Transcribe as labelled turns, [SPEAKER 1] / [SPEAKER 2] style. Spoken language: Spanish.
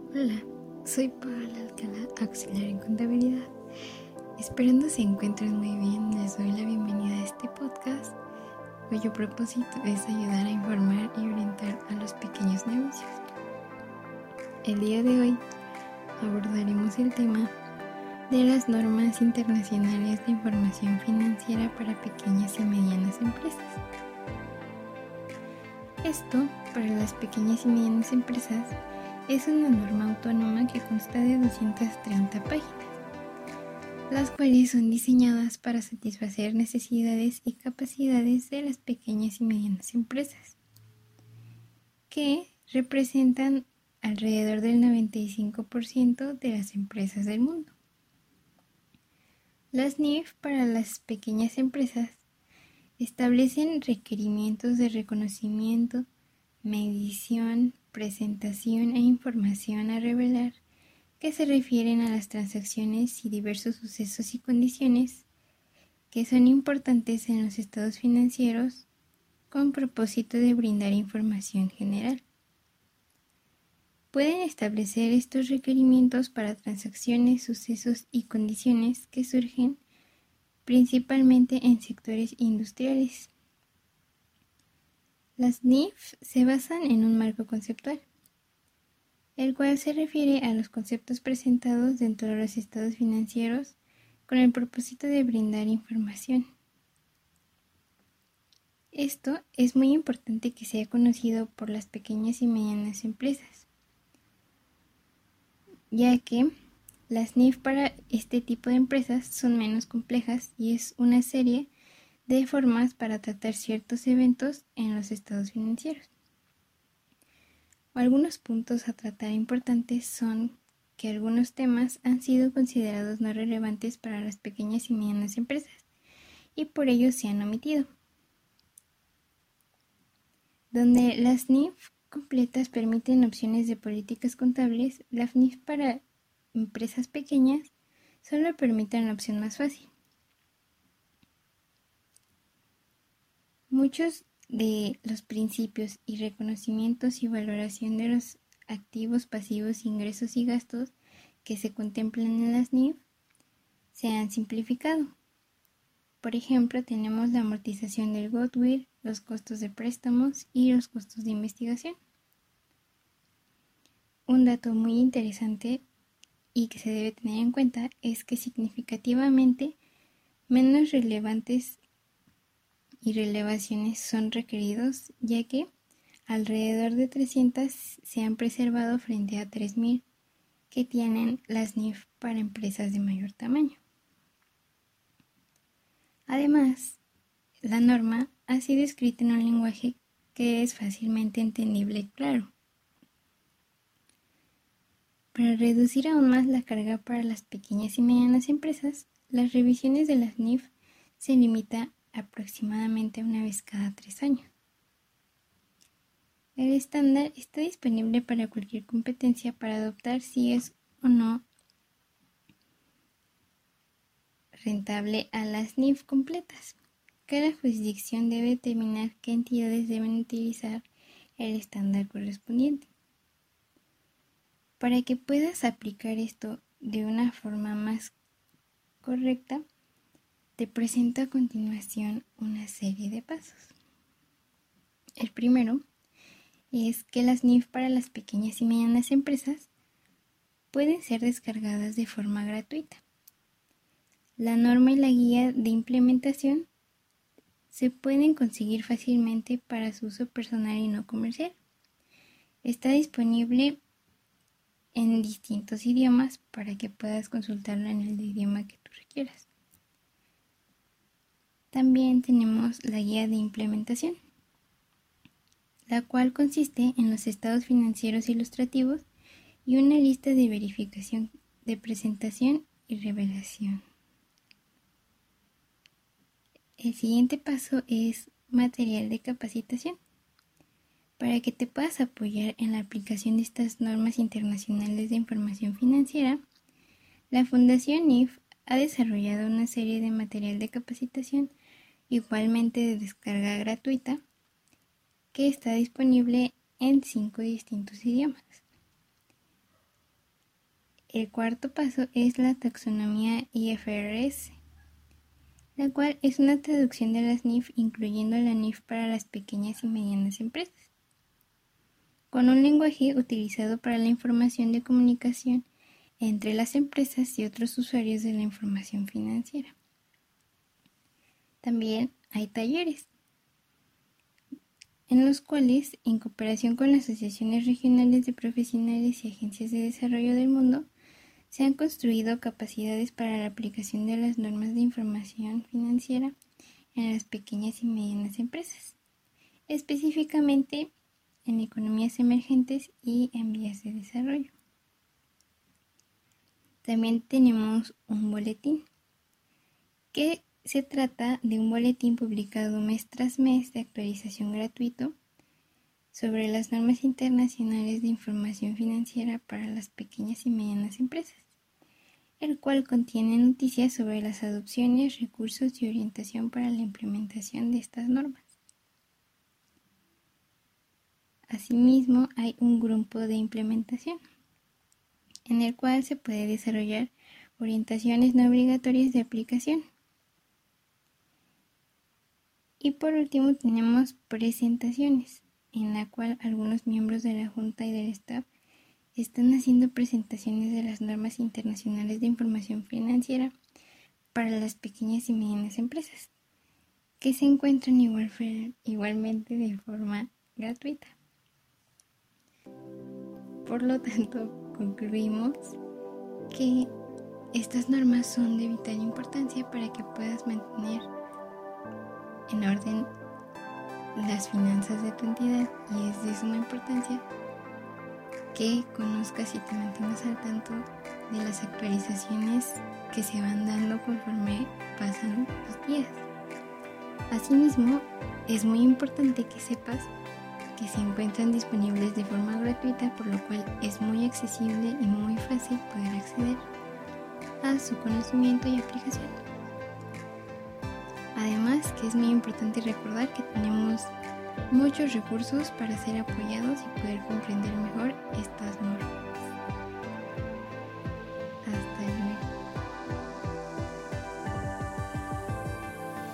[SPEAKER 1] Hola, soy Paola Alcalá, auxiliar en contabilidad. Esperando se encuentren muy bien, les doy la bienvenida a este podcast, cuyo propósito es ayudar a informar y orientar a los pequeños negocios. El día de hoy abordaremos el tema de las normas internacionales de información financiera para pequeñas y medianas empresas. Esto, para las pequeñas y medianas empresas, es una norma autónoma que consta de 230 páginas, las cuales son diseñadas para satisfacer necesidades y capacidades de las pequeñas y medianas empresas, que representan alrededor del 95% de las empresas del mundo. Las NIF para las pequeñas empresas establecen requerimientos de reconocimiento, medición, presentación e información a revelar que se refieren a las transacciones y diversos sucesos y condiciones que son importantes en los estados financieros con propósito de brindar información general. Pueden establecer estos requerimientos para transacciones, sucesos y condiciones que surgen principalmente en sectores industriales. Las NIF se basan en un marco conceptual, el cual se refiere a los conceptos presentados dentro de los estados financieros con el propósito de brindar información. Esto es muy importante que sea conocido por las pequeñas y medianas empresas, ya que las NIF para este tipo de empresas son menos complejas y es una serie de formas para tratar ciertos eventos en los estados financieros. Algunos puntos a tratar importantes son que algunos temas han sido considerados no relevantes para las pequeñas y medianas empresas y por ello se han omitido. Donde las NIF completas permiten opciones de políticas contables, las NIF para empresas pequeñas solo permiten la opción más fácil. Muchos de los principios y reconocimientos y valoración de los activos, pasivos, ingresos y gastos que se contemplan en las NIF se han simplificado. Por ejemplo, tenemos la amortización del goodwill, los costos de préstamos y los costos de investigación. Un dato muy interesante y que se debe tener en cuenta es que significativamente menos relevantes y relevaciones son requeridos, ya que alrededor de 300 se han preservado frente a 3.000 que tienen las NIF para empresas de mayor tamaño. Además, la norma ha sido escrita en un lenguaje que es fácilmente entendible y claro. Para reducir aún más la carga para las pequeñas y medianas empresas, las revisiones de las NIF se limitan aproximadamente una vez cada 3 años. El estándar está disponible para cualquier competencia para adoptar si es o no rentable a las NIF completas. Cada jurisdicción debe determinar qué entidades deben utilizar el estándar correspondiente. Para que puedas aplicar esto de una forma más correcta, te presento a continuación una serie de pasos. El primero es que las NIF para las pequeñas y medianas empresas pueden ser descargadas de forma gratuita. La norma y la guía de implementación se pueden conseguir fácilmente para su uso personal y no comercial. Está disponible en distintos idiomas para que puedas consultarla en el idioma que tú requieras. También tenemos la guía de implementación, la cual consiste en los estados financieros ilustrativos y una lista de verificación de presentación y revelación. El siguiente paso es material de capacitación. Para que te puedas apoyar en la aplicación de estas normas internacionales de información financiera, la Fundación NIF ha desarrollado una serie de material de capacitación igualmente de descarga gratuita que está disponible en 5 distintos idiomas. El cuarto paso es la taxonomía IFRS, la cual es una traducción de las NIF, incluyendo la NIF para las pequeñas y medianas empresas, con un lenguaje utilizado para la información de comunicación entre las empresas y otros usuarios de la información financiera. También hay talleres, en los cuales, en cooperación con las asociaciones regionales de profesionales y agencias de desarrollo del mundo, se han construido capacidades para la aplicación de las normas de información financiera en las pequeñas y medianas empresas, específicamente en economías emergentes y en vías de desarrollo. También tenemos un boletín, que se trata de un boletín publicado mes tras mes de actualización gratuito sobre las normas internacionales de información financiera para las pequeñas y medianas empresas, el cual contiene noticias sobre las adopciones, recursos y orientación para la implementación de estas normas. Asimismo, hay un grupo de implementación, en el cual se puede desarrollar orientaciones no obligatorias de aplicación. Y por último tenemos presentaciones, en la cual algunos miembros de la Junta y del staff están haciendo presentaciones de las normas internacionales de información financiera para las pequeñas y medianas empresas, que se encuentran igualmente de forma gratuita. Por lo tanto, concluimos que estas normas son de vital importancia para que puedas mantener en orden las finanzas de tu entidad, y es de suma importancia que conozcas y te mantengas al tanto de las actualizaciones que se van dando conforme pasan los días. Asimismo, es muy importante que sepas que se encuentran disponibles de forma gratuita, por lo cual es muy accesible y muy fácil poder acceder a su conocimiento y aplicación. Además, que es muy importante recordar que tenemos muchos recursos para ser apoyados y poder comprender mejor estas normas.